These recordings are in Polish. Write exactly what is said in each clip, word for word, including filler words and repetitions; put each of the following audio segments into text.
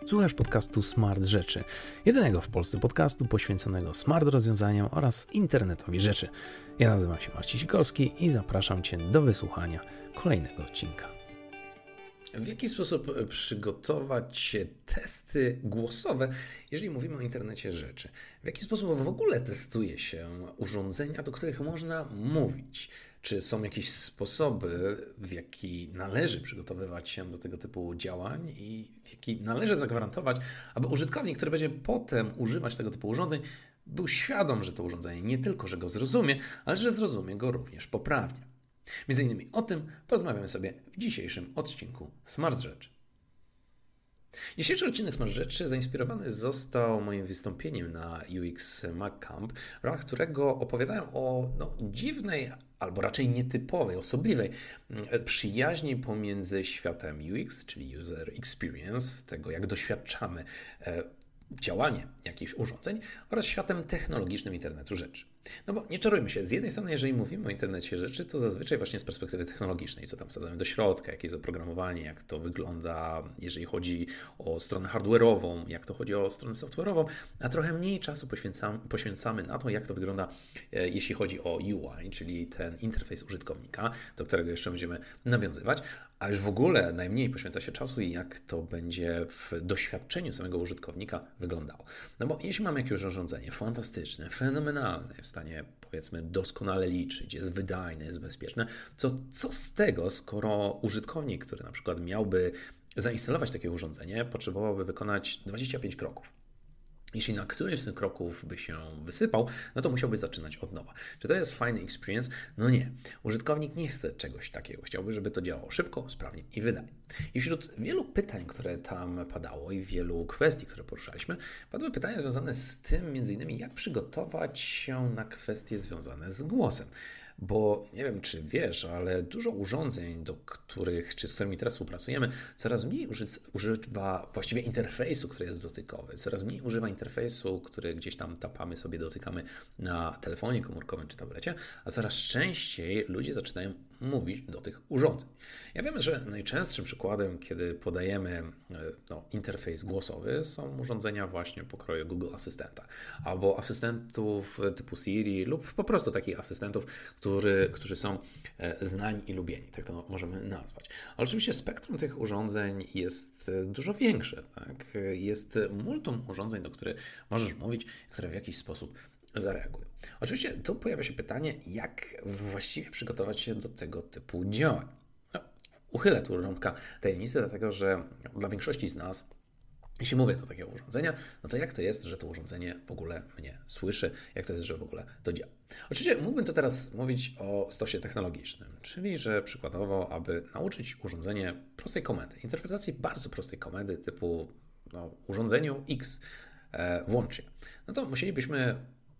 Słuchasz podcastu Smart Rzeczy, jedynego w Polsce podcastu poświęconego smart rozwiązaniom oraz internetowi rzeczy. Ja nazywam się Marcin Sikorski i zapraszam Cię do wysłuchania kolejnego odcinka. W jaki sposób przygotować testy głosowe, jeżeli mówimy o internecie rzeczy? W jaki sposób w ogóle testuje się urządzenia, do których można mówić? Czy są jakieś sposoby, w jaki należy przygotowywać się do tego typu działań i w jaki należy zagwarantować, aby użytkownik, który będzie potem używać tego typu urządzeń, był świadom, że to urządzenie nie tylko, że go zrozumie, ale że zrozumie go również poprawnie. Między innymi o tym porozmawiamy sobie w dzisiejszym odcinku Smart Rzeczy. Dzisiejszy odcinek Smart Rzeczy zainspirowany został moim wystąpieniem na U X Mac Camp, w ramach którego opowiadałem o no, dziwnej, albo raczej nietypowej, osobliwej przyjaźni pomiędzy światem U X, czyli User Experience, tego jak doświadczamy e, działanie jakichś urządzeń, oraz światem technologicznym internetu rzeczy. No bo nie czarujmy się, z jednej strony jeżeli mówimy o internecie rzeczy, to zazwyczaj właśnie z perspektywy technologicznej, co tam wsadzamy do środka, jakie jest oprogramowanie, jak to wygląda, jeżeli chodzi o stronę hardware'ową, jak to chodzi o stronę software'ową, a trochę mniej czasu poświęcamy, poświęcamy na to, jak to wygląda, e, jeśli chodzi o U I, czyli ten interfejs użytkownika, do którego jeszcze będziemy nawiązywać, a już w ogóle najmniej poświęca się czasu i jak to będzie w doświadczeniu samego użytkownika wyglądało. No bo jeśli mamy jakieś urządzenie fantastyczne, fenomenalne, w stanie powiedzmy doskonale liczyć, jest wydajne, jest bezpieczne, to co z tego, skoro użytkownik, który na przykład miałby zainstalować takie urządzenie, potrzebowałby wykonać dwadzieścia pięć kroków. Jeśli na którymś z tych kroków by się wysypał, no to musiałby zaczynać od nowa. Czy to jest fajny experience? No nie. Użytkownik nie chce czegoś takiego. Chciałby, żeby to działało szybko, sprawnie i wydajnie. I wśród wielu pytań, które tam padało i wielu kwestii, które poruszaliśmy, padły pytania związane z tym, między innymi, jak przygotować się na kwestie związane z głosem. Bo nie wiem, czy wiesz, ale dużo urządzeń, do których, czy z którymi teraz współpracujemy, coraz mniej używa właściwie interfejsu, który jest dotykowy. Coraz mniej używa interfejsu, który gdzieś tam tapamy sobie, dotykamy na telefonie komórkowym czy tablecie, a coraz częściej ludzie zaczynają mówić do tych urządzeń. Ja wiem, że najczęstszym przykładem, kiedy podajemy no, interfejs głosowy, są urządzenia właśnie pokroju Google Asystenta albo asystentów typu Siri lub po prostu takich asystentów, który, którzy są znani i lubieni, tak to możemy nazwać. Ale oczywiście spektrum tych urządzeń jest dużo większe. Tak? Jest multum urządzeń, do których możesz mówić, które w jakiś sposób zareagują. Oczywiście tu pojawia się pytanie, jak właściwie przygotować się do tego typu działań. No, uchylę tu rąbka tajemnicy, dlatego że dla większości z nas, jeśli mówię do takiego urządzenia, no to jak to jest, że to urządzenie w ogóle mnie słyszy, jak to jest, że w ogóle to działa. Oczywiście mógłbym to teraz mówić o stosie technologicznym, czyli że przykładowo, aby nauczyć urządzenie prostej komendy, interpretacji bardzo prostej komendy typu no, urządzeniu X e, włącz się, no to musielibyśmy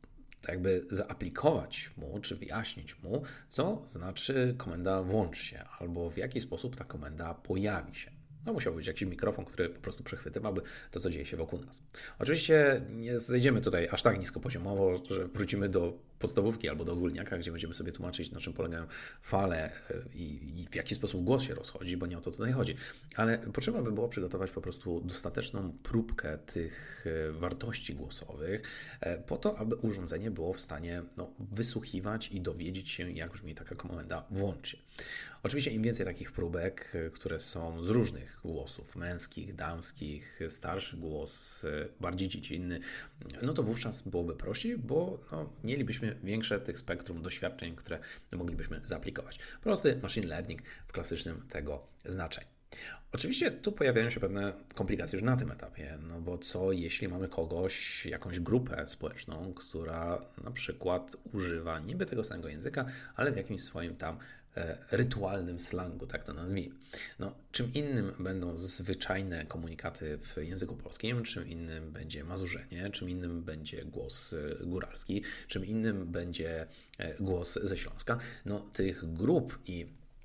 jakby zaaplikować mu, czy wyjaśnić mu, co znaczy komenda włącz się, albo w jaki sposób ta komenda pojawi się. No musiał być jakiś mikrofon, który po prostu przechwytywałby to, co dzieje się wokół nas. Oczywiście nie zejdziemy tutaj aż tak niskopoziomowo, że wrócimy do podstawówki albo do ogólniaka, gdzie będziemy sobie tłumaczyć, na czym polegają fale i, i w jaki sposób głos się rozchodzi, bo nie o to tutaj chodzi. Ale potrzeba by było przygotować po prostu dostateczną próbkę tych wartości głosowych po to, aby urządzenie było w stanie no, wysłuchiwać i dowiedzieć się, jak brzmi taka komenda włącz się. Oczywiście im więcej takich próbek, które są z różnych głosów, męskich, damskich, starszy głos, bardziej dziecinny, no to wówczas byłoby prościej, bo no, mielibyśmy większe tych spektrum doświadczeń, które moglibyśmy zaaplikować. Prosty machine learning w klasycznym tego znaczeniu. Oczywiście tu pojawiają się pewne komplikacje już na tym etapie, no bo co jeśli mamy kogoś, jakąś grupę społeczną, która na przykład używa niby tego samego języka, ale w jakimś swoim tam rytualnym slangu, tak to nazwijmy. No, czym innym będą zwyczajne komunikaty w języku polskim, czym innym będzie mazurzenie, czym innym będzie głos góralski, czym innym będzie głos ze Śląska. No, tych grup i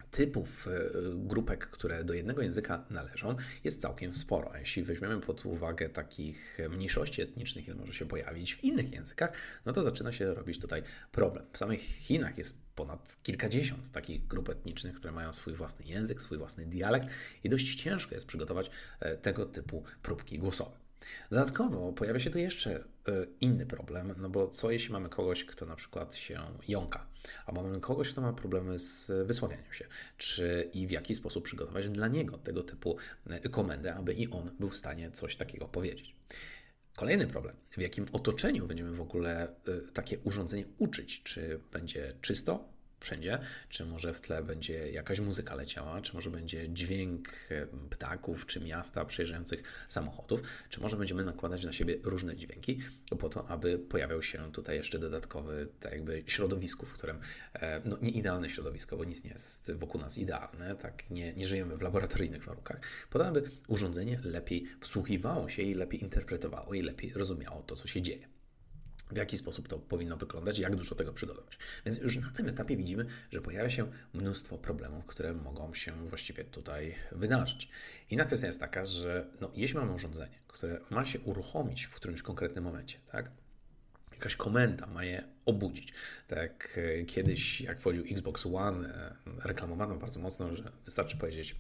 Typów grupek, które do jednego języka należą, jest całkiem sporo. A jeśli weźmiemy pod uwagę takich mniejszości etnicznych, ile może się pojawić w innych językach, no to zaczyna się robić tutaj problem. W samych Chinach jest ponad kilkadziesiąt takich grup etnicznych, które mają swój własny język, swój własny dialekt i dość ciężko jest przygotować tego typu próbki głosowe. Dodatkowo pojawia się tu jeszcze inny problem, no bo co jeśli mamy kogoś, kto na przykład się jąka, albo mamy kogoś, kto ma problemy z wysławianiem się, czy i w jaki sposób przygotować dla niego tego typu komendę, aby i on był w stanie coś takiego powiedzieć. Kolejny problem, w jakim otoczeniu będziemy w ogóle takie urządzenie uczyć, czy będzie czysto wszędzie, czy może w tle będzie jakaś muzyka leciała, czy może będzie dźwięk ptaków, czy miasta, przejeżdżających samochodów, czy może będziemy nakładać na siebie różne dźwięki po to, aby pojawiał się tutaj jeszcze dodatkowy tak jakby środowisko, w którym, no nie idealne środowisko, bo nic nie jest wokół nas idealne, tak nie, nie żyjemy w laboratoryjnych warunkach, po to, aby urządzenie lepiej wsłuchiwało się i lepiej interpretowało i lepiej rozumiało to, co się dzieje. W jaki sposób to powinno wyglądać, jak dużo tego przygotować. Więc już na tym etapie widzimy, że pojawia się mnóstwo problemów, które mogą się właściwie tutaj wydarzyć. Inna kwestia jest taka, że no, jeśli mamy urządzenie, które ma się uruchomić w którymś konkretnym momencie, tak? Jakaś komenda ma je obudzić. Tak kiedyś, jak wchodził Xbox One, reklamowano bardzo mocno, że wystarczy powiedzieć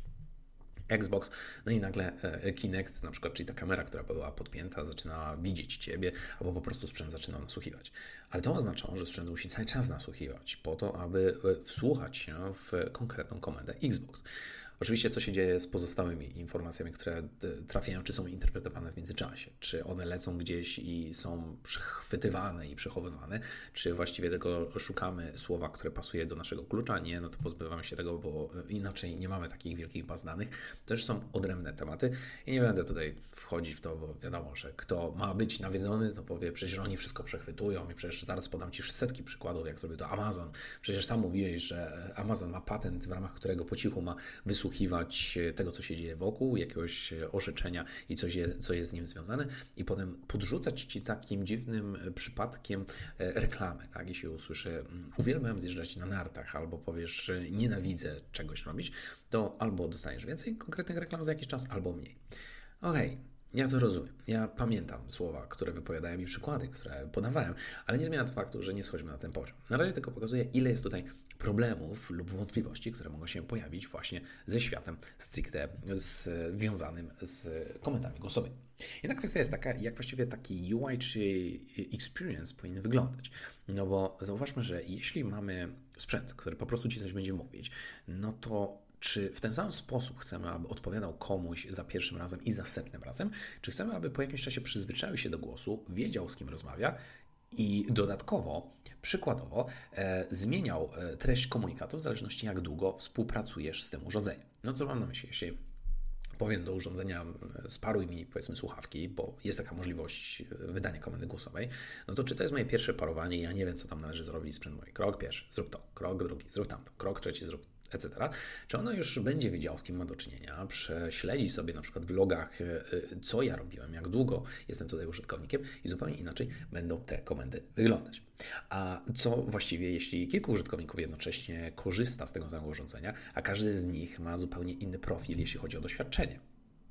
Xbox, no i nagle Kinect, na przykład, czyli ta kamera, która była podpięta, zaczynała widzieć Ciebie, albo po prostu sprzęt zaczynał nasłuchiwać. Ale to oznaczało, że sprzęt musi cały czas nasłuchiwać po to, aby wsłuchać się w konkretną komendę Xbox. Oczywiście, co się dzieje z pozostałymi informacjami, które trafiają, czy są interpretowane w międzyczasie, czy one lecą gdzieś i są przechwytywane i przechowywane, czy właściwie tylko szukamy słowa, które pasuje do naszego klucza, nie, no to pozbywamy się tego, bo inaczej nie mamy takich wielkich baz danych. To też są odrębne tematy i nie będę tutaj wchodzić w to, bo wiadomo, że kto ma być nawiedzony, to powie, przecież oni wszystko przechwytują i przecież zaraz podam Ci setki przykładów, jak zrobił to Amazon. Przecież sam mówiłeś, że Amazon ma patent, w ramach którego po cichu ma wysłuchiwać tego, co się dzieje wokół, jakiegoś orzeczenia i coś, je, co jest z nim związane i potem podrzucać Ci takim dziwnym przypadkiem reklamy, tak? Jeśli usłyszę, uwielbiam zjeżdżać na nartach, albo powiesz, nienawidzę czegoś robić, to albo dostaniesz więcej konkretnych reklam za jakiś czas, albo mniej. Okej. Okay. Ja to rozumiem. Ja pamiętam słowa, które wypowiadałem i przykłady, które podawałem, ale nie zmienia to faktu, że nie schodźmy na ten poziom. Na razie tylko pokazuję, ile jest tutaj problemów lub wątpliwości, które mogą się pojawić właśnie ze światem stricte związanym z komendami głosowymi. Jedna kwestia jest taka, jak właściwie taki U I czy experience powinien wyglądać. No bo zauważmy, że jeśli mamy sprzęt, który po prostu Ci coś będzie mówić, no to czy w ten sam sposób chcemy, aby odpowiadał komuś za pierwszym razem i za setnym razem, czy chcemy, aby po jakimś czasie przyzwyczaił się do głosu, wiedział, z kim rozmawia i dodatkowo, przykładowo, e, zmieniał treść komunikatu w zależności jak długo współpracujesz z tym urządzeniem. No co mam na myśli? Jeśli powiem do urządzenia, sparuj mi, powiedzmy, słuchawki, bo jest taka możliwość wydania komendy głosowej, no to czy to jest moje pierwsze parowanie i ja nie wiem, co tam należy zrobić, sprzęt mój. Krok pierwszy, zrób to. Krok drugi, zrób tamto. Krok trzeci, zrób et cetera. Czy ono już będzie wiedziało, z kim ma do czynienia, prześledzi sobie na przykład w logach, co ja robiłem, jak długo jestem tutaj użytkownikiem i zupełnie inaczej będą te komendy wyglądać. A co właściwie, jeśli kilku użytkowników jednocześnie korzysta z tego samego urządzenia, a każdy z nich ma zupełnie inny profil, jeśli chodzi o doświadczenie?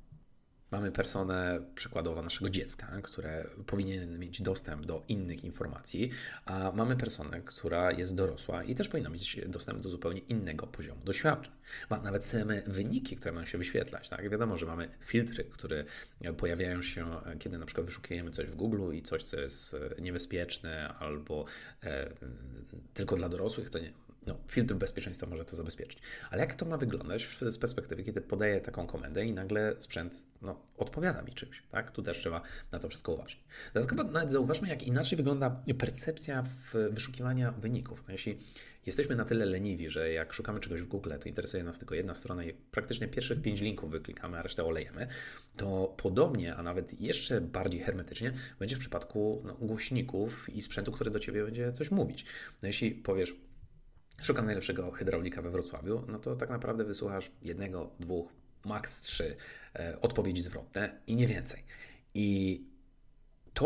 Mamy personę przykładowo naszego dziecka, które powinien mieć dostęp do innych informacji, a mamy personę, która jest dorosła i też powinna mieć dostęp do zupełnie innego poziomu doświadczeń. Ma nawet same wyniki, które mają się wyświetlać. Tak? Wiadomo, że mamy filtry, które pojawiają się, kiedy na przykład wyszukujemy coś w Google i coś, co jest niebezpieczne albo e, tylko dla dorosłych, to nie. No, filtr bezpieczeństwa może to zabezpieczyć. Ale jak to ma wyglądać z perspektywy, kiedy podaję taką komendę i nagle sprzęt no, odpowiada mi czymś, tak? Tu też trzeba na to wszystko uważać. Dodatkowo nawet zauważmy, jak inaczej wygląda percepcja w wyszukiwania wyników. No, jeśli jesteśmy na tyle leniwi, że jak szukamy czegoś w Google, to interesuje nas tylko jedna strona i praktycznie pierwszych pięć linków wyklikamy, a resztę olejemy, to podobnie, a nawet jeszcze bardziej hermetycznie będzie w przypadku no, głośników i sprzętu, który do Ciebie będzie coś mówić. No, jeśli powiesz, szukam najlepszego hydraulika we Wrocławiu, no to tak naprawdę wysłuchasz jednego, dwóch, maks trzy e, odpowiedzi zwrotne i nie więcej. I to,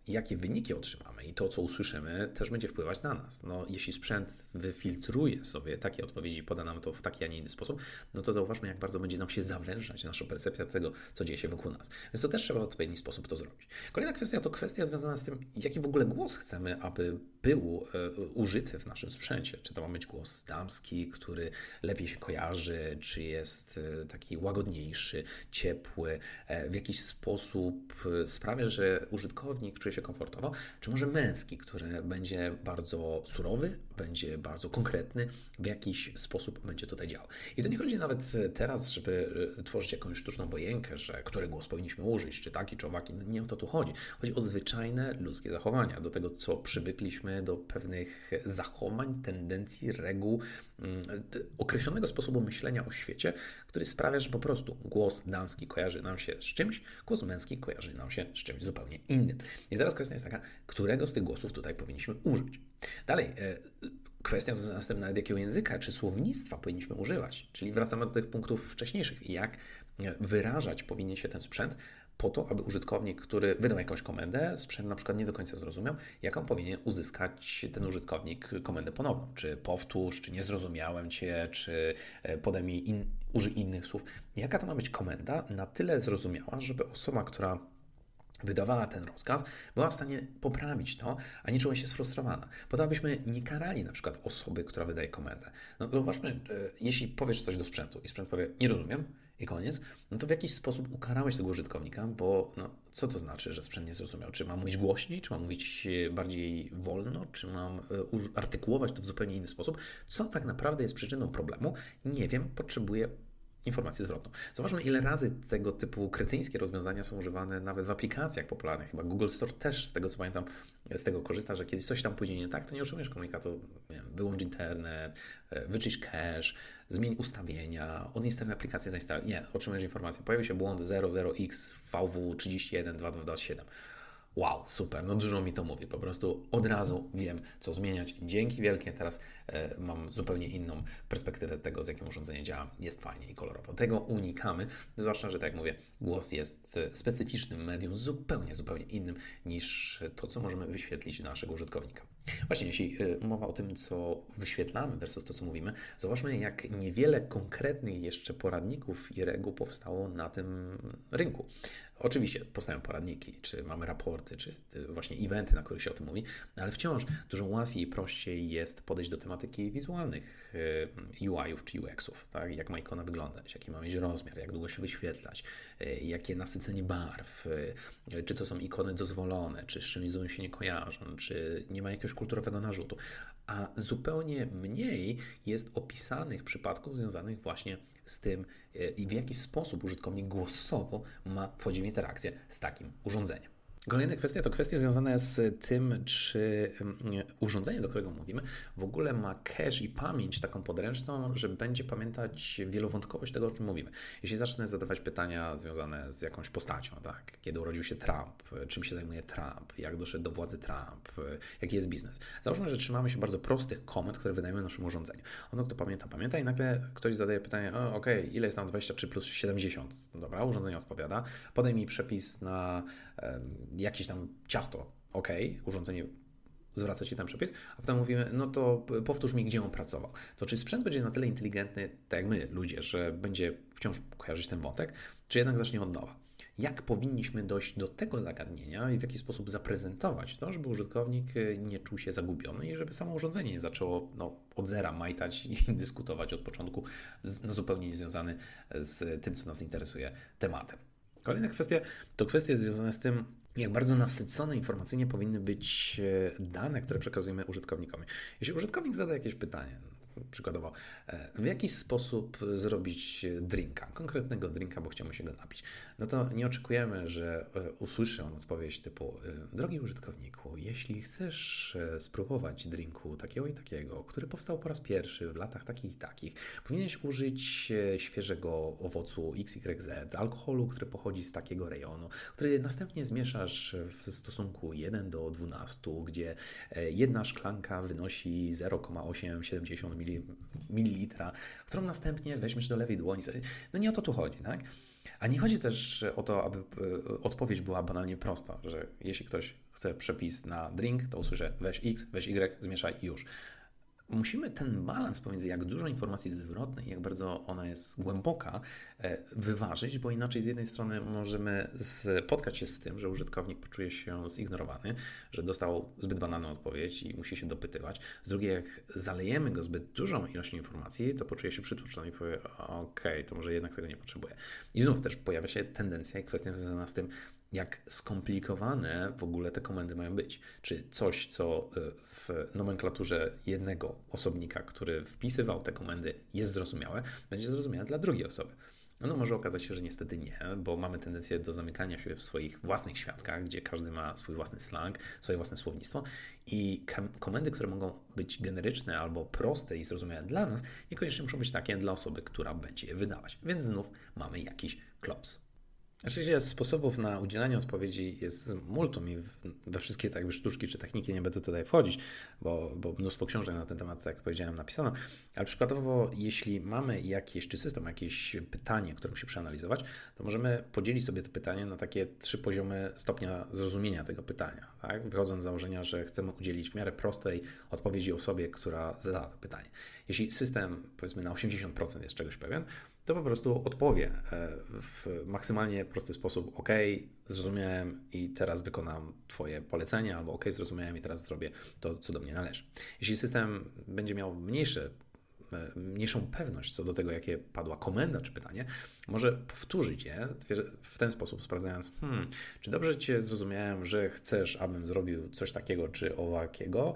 jakie wyniki otrzymamy i to, co usłyszymy, też będzie wpływać na nas. No, jeśli sprzęt wyfiltruje sobie takie odpowiedzi, poda nam to w taki, a nie inny sposób, no to zauważmy, jak bardzo będzie nam się zawężać nasza percepcja tego, co dzieje się wokół nas. Więc to też trzeba w odpowiedni sposób to zrobić. Kolejna kwestia to kwestia związana z tym, jaki w ogóle głos chcemy, aby był e, użyty w naszym sprzęcie. Czy to ma być głos damski, który lepiej się kojarzy, czy jest e, taki łagodniejszy, ciepły, e, w jakiś sposób sprawia, że użytkownik czuje się komfortowo, czy może męski, który będzie bardzo surowy, będzie bardzo konkretny, w jakiś sposób będzie tutaj działał. I to nie chodzi nawet teraz, żeby tworzyć jakąś sztuczną wojenkę, że który głos powinniśmy użyć, czy taki, czy owaki. Nie o to tu chodzi. Chodzi o zwyczajne ludzkie zachowania, do tego, co przywykliśmy, do pewnych zachowań, tendencji, reguł, określonego sposobu myślenia o świecie, który sprawia, że po prostu głos damski kojarzy nam się z czymś, głos męski kojarzy nam się z czymś zupełnie innym. I teraz kwestia jest taka, którego z tych głosów tutaj powinniśmy użyć. Dalej, kwestia związana z tym, nawet jakiego języka czy słownictwa powinniśmy używać, czyli wracamy do tych punktów wcześniejszych. Jak wyrażać powinien się ten sprzęt po to, aby użytkownik, który wydał jakąś komendę, sprzęt na przykład nie do końca zrozumiał, jaką powinien uzyskać ten użytkownik komendę ponowną. Czy powtórz, czy nie zrozumiałem Cię, czy podaj mi, in, użyj innych słów. Jaka to ma być komenda na tyle zrozumiała, żeby osoba, która wydawała ten rozkaz, była w stanie poprawić to, a nie czuła się sfrustrowana. Po to, abyśmy nie karali na przykład osoby, która wydaje komendę. No zauważmy, jeśli powiesz coś do sprzętu i sprzęt powie, nie rozumiem, i koniec, no to w jakiś sposób ukarałeś tego użytkownika, bo no, co to znaczy, że sprzęt nie zrozumiał? Czy mam mówić głośniej, czy mam mówić bardziej wolno, czy mam artykułować to w zupełnie inny sposób? Co tak naprawdę jest przyczyną problemu? Nie wiem, potrzebuję informację zwrotną. Zobaczmy, ile razy tego typu kretyńskie rozwiązania są używane nawet w aplikacjach popularnych. Chyba Google Store też, z tego co pamiętam, z tego korzysta, że kiedy coś tam pójdzie nie tak, to nie otrzymujesz komunikatu, nie wiem, wyłącz internet, wyczyść cache, zmień ustawienia, odinstaluj aplikację, zainstaluj. Nie, otrzymujesz informację. Pojawił się błąd zero zero x V W trzydzieści jeden dwa dwa dwa siedem. Wow, super, no dużo mi to mówi, po prostu od razu wiem, co zmieniać. Dzięki wielkie, teraz e, mam zupełnie inną perspektywę tego, z jakim urządzenie działa, jest fajnie i kolorowo. Tego unikamy, zwłaszcza, że tak jak mówię, głos jest specyficznym medium, zupełnie, zupełnie innym niż to, co możemy wyświetlić dla naszego użytkownika. Właśnie, jeśli e, mowa o tym, co wyświetlamy versus to, co mówimy, zobaczmy, jak niewiele konkretnych jeszcze poradników i reguł powstało na tym rynku. Oczywiście powstają poradniki, czy mamy raporty, czy właśnie eventy, na których się o tym mówi, ale wciąż dużo łatwiej i prościej jest podejść do tematyki wizualnych U I ów czy U X ów, tak? Jak ma ikona wyglądać, jaki ma mieć rozmiar, jak długo się wyświetlać, jakie nasycenie barw, czy to są ikony dozwolone, czy z czymś złym się nie kojarzą, czy nie ma jakiegoś kulturowego narzutu. A zupełnie mniej jest opisanych przypadków związanych właśnie z tym, i w jaki sposób użytkownik głosowo ma wchodzić w interakcję z takim urządzeniem. Kolejna kwestia to kwestie związane z tym, czy urządzenie, do którego mówimy, w ogóle ma cache i pamięć taką podręczną, że będzie pamiętać wielowątkowość tego, o czym mówimy. Jeśli zacznę zadawać pytania związane z jakąś postacią, tak? Kiedy urodził się Trump, czym się zajmuje Trump, jak doszedł do władzy Trump, jaki jest biznes. Załóżmy, że trzymamy się bardzo prostych komend, które wydajemy naszym urządzeniu. Ono to pamięta, pamięta i nagle ktoś zadaje pytanie, o, ok, ile jest tam dwadzieścia trzy plus siedemdziesiąt? No dobra, urządzenie odpowiada, podaj mi przepis na jakieś tam ciasto, ok, urządzenie zwraca Ci ten przepis, a potem mówimy, no to powtórz mi, gdzie on pracował. To czy sprzęt będzie na tyle inteligentny, tak jak my, ludzie, że będzie wciąż kojarzyć ten wątek, czy jednak zacznie od nowa? Jak powinniśmy dojść do tego zagadnienia i w jaki sposób zaprezentować to, żeby użytkownik nie czuł się zagubiony i żeby samo urządzenie nie zaczęło no, od zera majtać i dyskutować od początku z, no, zupełnie niezwiązany z tym, co nas interesuje tematem. Kolejna kwestia to kwestie związane z tym, jak bardzo nasycone informacyjnie powinny być dane, które przekazujemy użytkownikowi. Jeśli użytkownik zada jakieś pytanie, przykładowo, w jaki sposób zrobić drinka, konkretnego drinka, bo chciałbym się go napić, no to nie oczekujemy, że usłyszy on odpowiedź typu, drogi użytkowniku, jeśli chcesz spróbować drinku takiego i takiego, który powstał po raz pierwszy w latach takich i takich, powinieneś użyć świeżego owocu X Y Z, alkoholu, który pochodzi z takiego rejonu, który następnie zmieszasz w stosunku jeden do dwunastu, gdzie jedna szklanka wynosi zero przecinek osiemset siedemdziesiąt mililitra, którą następnie weźmiesz do lewej dłoni. No nie o to tu chodzi, tak? A nie chodzi też o to, aby odpowiedź była banalnie prosta, że jeśli ktoś chce przepis na drink, to usłyszę weź X, weź Y, zmieszaj i już. Musimy ten balans pomiędzy jak dużo informacji zwrotnej i jak bardzo ona jest głęboka wyważyć, bo inaczej z jednej strony możemy spotkać się z tym, że użytkownik poczuje się zignorowany, że dostał zbyt banalną odpowiedź i musi się dopytywać. Z drugiej, jak zalejemy go zbyt dużą ilością informacji, to poczuje się przytłoczony i powie, okej, to może jednak tego nie potrzebuję. I znów też pojawia się tendencja i kwestia związana z tym, jak skomplikowane w ogóle te komendy mają być. Czy coś, co w nomenklaturze jednego osobnika, który wpisywał te komendy, jest zrozumiałe, będzie zrozumiałe dla drugiej osoby. No może okazać się, że niestety nie, bo mamy tendencję do zamykania się w swoich własnych światkach, gdzie każdy ma swój własny slang, swoje własne słownictwo i komendy, które mogą być generyczne albo proste i zrozumiałe dla nas, niekoniecznie muszą być takie dla osoby, która będzie je wydawać. Więc znów mamy jakiś klops. Oczywiście sposobów na udzielanie odpowiedzi jest multum i we wszystkie tak jakby sztuczki czy techniki nie będę tutaj wchodzić, bo, bo mnóstwo książek na ten temat, tak jak powiedziałem, napisano, ale przykładowo jeśli mamy jakieś, czy system, jakieś pytanie, które musi przeanalizować, to możemy podzielić sobie to pytanie na takie trzy poziomy stopnia zrozumienia tego pytania, tak? Wychodząc z założenia, że chcemy udzielić w miarę prostej odpowiedzi osobie, która zadała to pytanie. Jeśli system, powiedzmy, na osiemdziesiąt procent jest czegoś pewien, to po prostu odpowie w maksymalnie prosty sposób: OK, zrozumiałem i teraz wykonam Twoje polecenie, albo OK, zrozumiałem i teraz zrobię to, co do mnie należy. Jeśli system będzie miał mniejsze, mniejszą pewność co do tego, jakie padła komenda czy pytanie, może powtórzyć je w ten sposób, sprawdzając, hmm, czy dobrze Cię zrozumiałem, że chcesz, abym zrobił coś takiego czy owakiego,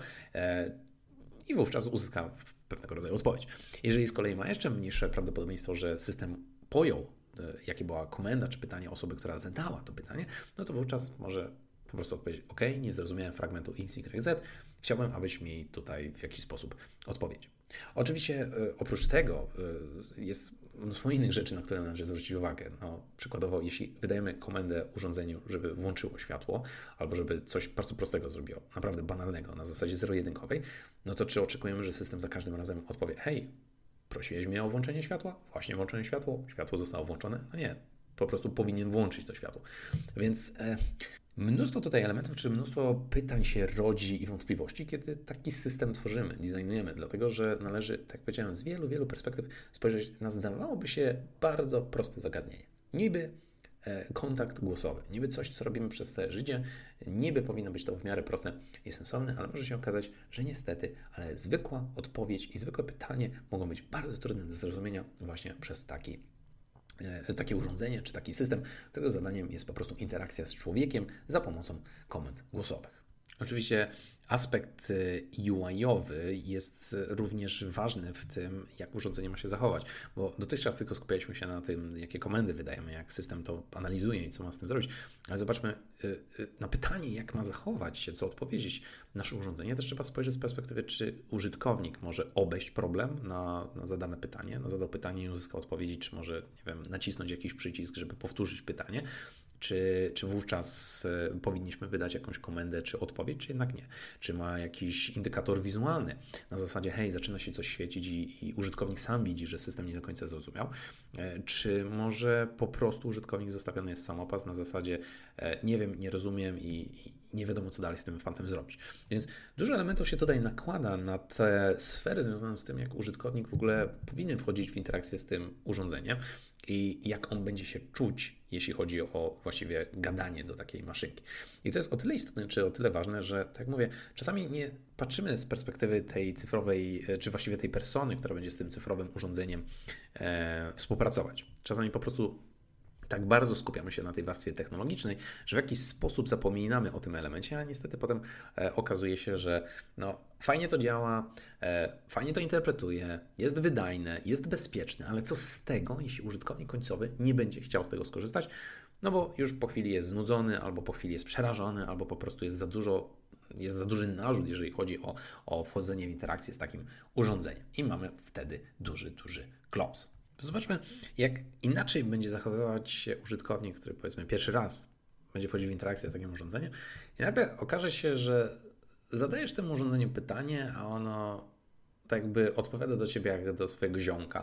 i wówczas uzyska pewnego rodzaju odpowiedź. Jeżeli z kolei ma jeszcze mniejsze prawdopodobieństwo, że system pojął, jakie była komenda czy pytanie osoby, która zadała to pytanie, no to wówczas może po prostu odpowiedzieć: OK, nie zrozumiałem fragmentu X, Y, Z, chciałbym, abyś mi tutaj w jakiś sposób odpowiedział. Oczywiście oprócz tego jest mnóstwo innych rzeczy, na które należy zwrócić uwagę. No, przykładowo, jeśli wydajemy komendę urządzeniu, żeby włączyło światło, albo żeby coś bardzo prostego zrobiło, naprawdę banalnego, na zasadzie zero-jedynkowej, no to czy oczekujemy, że system za każdym razem odpowie: hej, prosiłeś mnie o włączenie światła? Właśnie włączyłem światło, światło zostało włączone? No nie, po prostu powinien włączyć to światło. Więc e, mnóstwo tutaj elementów, czy mnóstwo pytań się rodzi i wątpliwości, kiedy taki system tworzymy, designujemy, dlatego że należy, tak jak powiedziałem, z wielu, wielu perspektyw spojrzeć na, zdawałoby się, bardzo proste zagadnienie. Niby e, kontakt głosowy, niby coś, co robimy przez całe życie, niby powinno być to w miarę proste i sensowne, ale może się okazać, że niestety, ale zwykła odpowiedź i zwykłe pytanie mogą być bardzo trudne do zrozumienia właśnie przez taki takie urządzenie czy taki system, którego zadaniem jest po prostu interakcja z człowiekiem za pomocą komend głosowych. Oczywiście aspekt U I-owy jest również ważny w tym, jak urządzenie ma się zachować, bo dotychczas tylko skupialiśmy się na tym, jakie komendy wydajemy, jak system to analizuje i co ma z tym zrobić, ale zobaczmy na pytanie, jak ma zachować się, co odpowiedzieć nasze urządzenie, też trzeba spojrzeć z perspektywy, czy użytkownik może obejść problem na, na zadane pytanie, na zadał pytanie i uzyskał odpowiedzi, czy może, nie wiem, nacisnąć jakiś przycisk, żeby powtórzyć pytanie, Czy, czy wówczas powinniśmy wydać jakąś komendę czy odpowiedź, czy jednak nie? Czy ma jakiś indykator wizualny na zasadzie: hej, zaczyna się coś świecić i, i użytkownik sam widzi, że system nie do końca zrozumiał? Czy może po prostu użytkownik zostawiony jest samopas na zasadzie: nie wiem, nie rozumiem i, i nie wiadomo, co dalej z tym fantem zrobić? Więc dużo elementów się tutaj nakłada na te sfery związane z tym, jak użytkownik w ogóle powinien wchodzić w interakcję z tym urządzeniem i jak on będzie się czuć, jeśli chodzi o właściwie gadanie do takiej maszynki. I to jest o tyle istotne, czy o tyle ważne, że, tak jak mówię, czasami nie patrzymy z perspektywy tej cyfrowej, czy właściwie tej persony, która będzie z tym cyfrowym urządzeniem e, współpracować. Czasami po prostu tak bardzo skupiamy się na tej warstwie technologicznej, że w jakiś sposób zapominamy o tym elemencie, ale niestety potem e, okazuje się, że no, fajnie to działa, e, fajnie to interpretuje, jest wydajne, jest bezpieczne, ale co z tego, jeśli użytkownik końcowy nie będzie chciał z tego skorzystać, no bo już po chwili jest znudzony, albo po chwili jest przerażony, albo po prostu jest za dużo, jest za duży narzut, jeżeli chodzi o, o wchodzenie w interakcję z takim urządzeniem. I mamy wtedy duży, duży klops. Zobaczmy, jak inaczej będzie zachowywać się użytkownik, który, powiedzmy, pierwszy raz będzie wchodził w interakcję z takim urządzeniem i nagle okaże się, że zadajesz temu urządzeniu pytanie, a ono tak jakby odpowiada do ciebie jak do swojego ziomka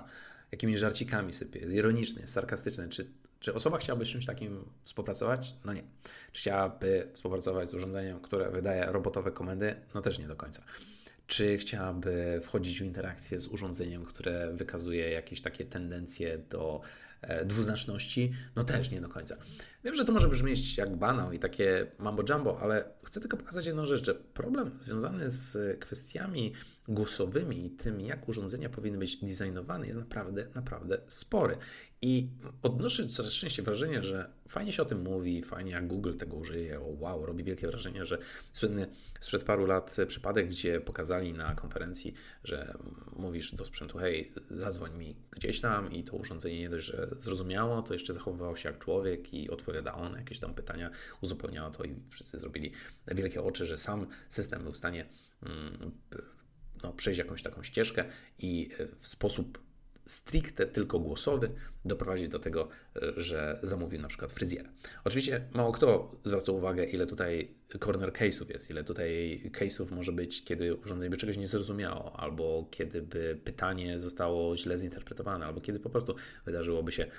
jakimiś żarcikami sypie, jest ironiczny, jest sarkastyczny. Czy, czy osoba chciałaby z czymś takim współpracować? No nie. Czy chciałaby współpracować z urządzeniem, które wydaje robotowe komendy? No też nie do końca. Czy chciałaby wchodzić w interakcję z urządzeniem, które wykazuje jakieś takie tendencje do e, dwuznaczności? No też nie do końca. Wiem, że to może brzmieć jak banał i takie mambo jumbo, ale chcę tylko pokazać jedną rzecz, że problem związany z kwestiami głosowymi i tym, jak urządzenia powinny być designowane, jest naprawdę, naprawdę spory. I odnoszę coraz częściej wrażenie, że fajnie się o tym mówi, fajnie jak Google tego użyje, o wow, robi wielkie wrażenie, że słynny sprzed paru lat przypadek, gdzie pokazali na konferencji, że mówisz do sprzętu, hej, zadzwoń mi gdzieś tam i to urządzenie nie dość, że zrozumiało, to jeszcze zachowywało się jak człowiek i odpowiadało na jakieś tam pytania, uzupełniało to i wszyscy zrobili wielkie oczy, że sam system był w stanie mm, no, przejść jakąś taką ścieżkę i w sposób stricte tylko głosowy doprowadzić do tego, że zamówił na przykład fryzjera. Oczywiście mało kto zwraca uwagę, ile tutaj corner case'ów jest, ile tutaj case'ów może być, kiedy urządzenie by czegoś nie zrozumiało, albo kiedy by pytanie zostało źle zinterpretowane, albo kiedy po prostu wydarzyłoby się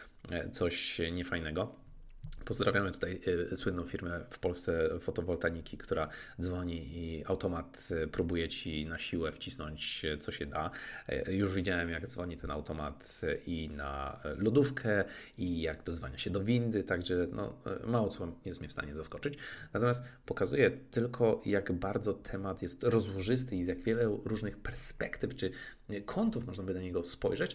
coś niefajnego. Pozdrawiamy tutaj słynną firmę w Polsce fotowoltaiki, która dzwoni i automat próbuje Ci na siłę wcisnąć, co się da. Już widziałem, jak dzwoni ten automat i na lodówkę, i jak dozwania się do windy, także no, mało co jest mnie w stanie zaskoczyć. Natomiast pokazuje tylko, jak bardzo temat jest rozłożysty i z jak wiele różnych perspektyw czy kątów można by na niego spojrzeć.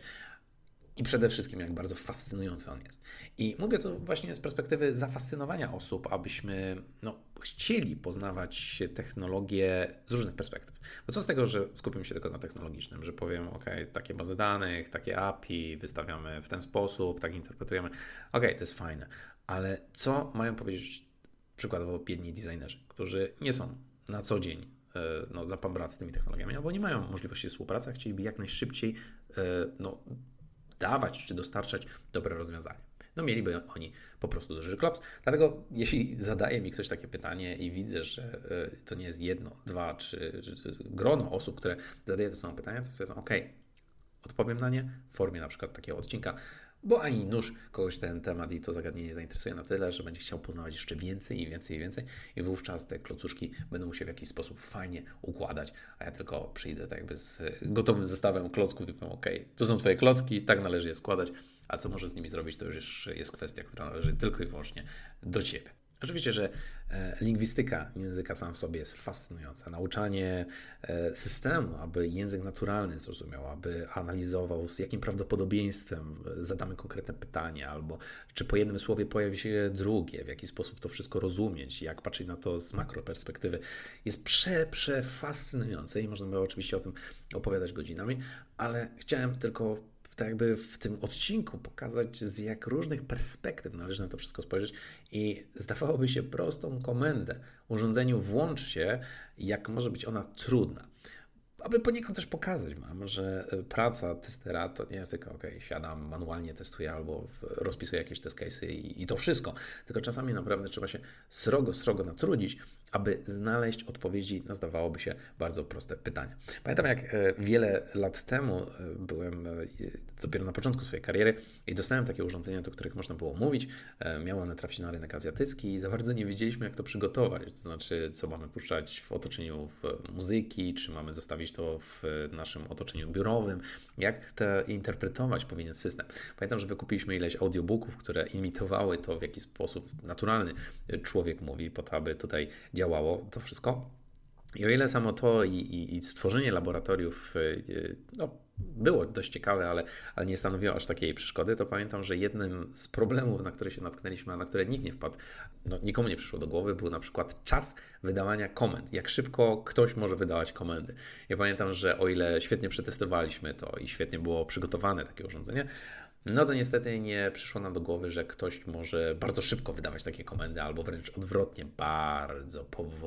I przede wszystkim, jak bardzo fascynujący on jest. I mówię to właśnie z perspektywy zafascynowania osób, abyśmy no, chcieli poznawać technologię z różnych perspektyw. Bo co z tego, że skupimy się tylko na technologicznym, że powiem, ok, takie bazy danych, takie A P I wystawiamy w ten sposób, tak interpretujemy. Ok, to jest fajne, ale co mają powiedzieć przykładowo biedni designerzy, którzy nie są na co dzień no, za pan brat z tymi technologiami, albo nie mają możliwości współpracy, a chcieliby jak najszybciej no, dawać czy dostarczać dobre rozwiązania. No mieliby oni po prostu duży klops. Dlatego jeśli zadaje mi ktoś takie pytanie i widzę, że to nie jest jedno, dwa czy grono osób, które zadaje to samo pytanie, to sobie ok, odpowiem na nie w formie na przykład takiego odcinka, bo ani nóż kogoś ten temat i to zagadnienie zainteresuje na tyle, że będzie chciał poznawać jeszcze więcej i więcej i więcej i wówczas te klocuszki będą mu się w jakiś sposób fajnie układać, a ja tylko przyjdę tak jakby z gotowym zestawem klocków i powiem, ok, to są Twoje klocki, tak należy je składać, a co możesz z nimi zrobić, to już jest kwestia, która należy tylko i wyłącznie do Ciebie. Oczywiście, że lingwistyka języka sam w sobie jest fascynująca. Nauczanie systemu, aby język naturalny zrozumiał, aby analizował, z jakim prawdopodobieństwem zadamy konkretne pytanie, albo czy po jednym słowie pojawi się drugie, w jaki sposób to wszystko rozumieć, jak patrzeć na to z makroperspektywy, jest prze, prze fascynujące i można by oczywiście o tym opowiadać godzinami, ale chciałem tylko tak jakby w tym odcinku pokazać, z jak różnych perspektyw należy na to wszystko spojrzeć i zdawałoby się prostą komendę urządzeniu włącz się, jak może być ona trudna. Aby poniekąd też pokazać Wam, że praca testera to nie jest tylko ok, siadam, manualnie testuję albo rozpisuję jakieś test case'y i, i to wszystko. Tylko czasami naprawdę trzeba się srogo, srogo natrudzić, aby znaleźć odpowiedzi na zdawałoby się bardzo proste pytania. Pamiętam, jak wiele lat temu byłem dopiero na początku swojej kariery i dostałem takie urządzenia, do których można było mówić. Miały one trafić na rynek azjatycki i za bardzo nie wiedzieliśmy, jak to przygotować. To znaczy, co mamy puszczać w otoczeniu muzyki, czy mamy zostawić to w naszym otoczeniu biurowym, jak to interpretować powinien system. Pamiętam, że wykupiliśmy ileś audiobooków, które imitowały to, w jaki sposób naturalny człowiek mówi, po to, aby tutaj działało to wszystko. I o ile samo to i, i, i stworzenie laboratoriów no, było dość ciekawe, ale, ale nie stanowiło aż takiej przeszkody, to pamiętam, że jednym z problemów, na które się natknęliśmy, a na które nikt nie wpadł, no, nikomu nie przyszło do głowy, był na przykład czas wydawania komend. Jak szybko ktoś może wydawać komendy. Ja pamiętam, że o ile świetnie przetestowaliśmy to i świetnie było przygotowane takie urządzenie, no to niestety nie przyszło nam do głowy, że ktoś może bardzo szybko wydawać takie komendy, albo wręcz odwrotnie, bardzo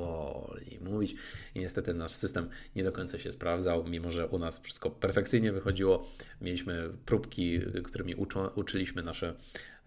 powoli mówić. I niestety nasz system nie do końca się sprawdzał, mimo że u nas wszystko perfekcyjnie wychodziło. Mieliśmy próbki, którymi uczą, uczyliśmy nasze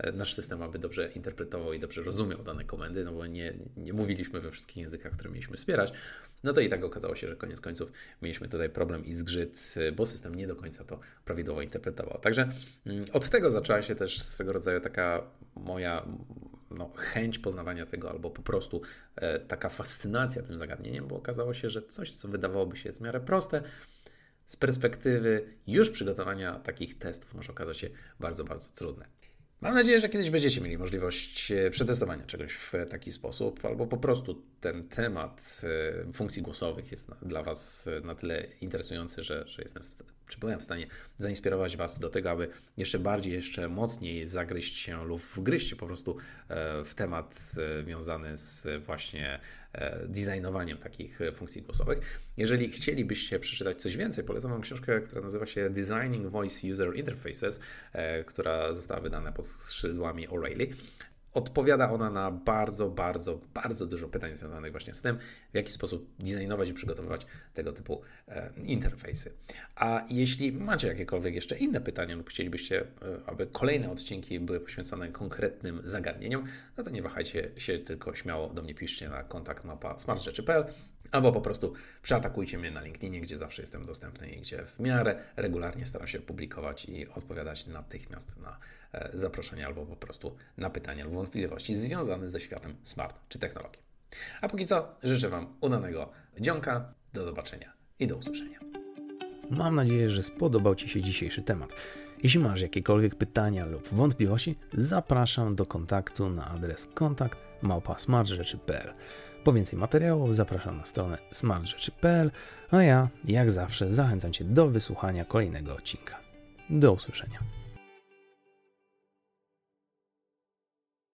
nasz system aby dobrze interpretował i dobrze rozumiał dane komendy, no bo nie, nie mówiliśmy we wszystkich językach, które mieliśmy wspierać, no to i tak okazało się, że koniec końców mieliśmy tutaj problem i zgrzyt, bo system nie do końca to prawidłowo interpretował. Także od tego zaczęła się też swego rodzaju taka moja no, chęć poznawania tego, albo po prostu e, taka fascynacja tym zagadnieniem, bo okazało się, że coś, co wydawałoby się w miarę proste, z perspektywy już przygotowania takich testów może okazać się bardzo, bardzo trudne. Mam nadzieję, że kiedyś będziecie mieli możliwość przetestowania czegoś w taki sposób, albo po prostu ten temat funkcji głosowych jest dla Was na tyle interesujący, że, że jestem, czy byłem w stanie zainspirować Was do tego, aby jeszcze bardziej, jeszcze mocniej zagryźć się lub wgryźć po prostu w temat związany z właśnie designowaniem takich funkcji głosowych. Jeżeli chcielibyście przeczytać coś więcej, polecam Wam książkę, która nazywa się Designing Voice User Interfaces, która została wydana pod skrzydłami O'Reilly. Odpowiada ona na bardzo, bardzo, bardzo dużo pytań związanych właśnie z tym, w jaki sposób designować i przygotowywać tego typu e, interfejsy. A jeśli macie jakiekolwiek jeszcze inne pytania lub chcielibyście, e, aby kolejne odcinki były poświęcone konkretnym zagadnieniom, no to nie wahajcie się, tylko śmiało do mnie piszcie na kontakt małpa smart rzeczy kropka p l albo po prostu przeatakujcie mnie na LinkedInie, gdzie zawsze jestem dostępny i gdzie w miarę regularnie staram się publikować i odpowiadać natychmiast na zaproszenia albo po prostu na pytania lub wątpliwości związane ze światem smart czy technologii. A póki co życzę Wam udanego dzionka, do zobaczenia i do usłyszenia. Mam nadzieję, że spodobał Ci się dzisiejszy temat. Jeśli masz jakiekolwiek pytania lub wątpliwości, zapraszam do kontaktu na adres kontakt małpa smart rzeczy kropka p l. Po więcej materiałów zapraszam na stronę smart rzeczy kropka p l, a ja, jak zawsze, zachęcam Cię do wysłuchania kolejnego odcinka. Do usłyszenia.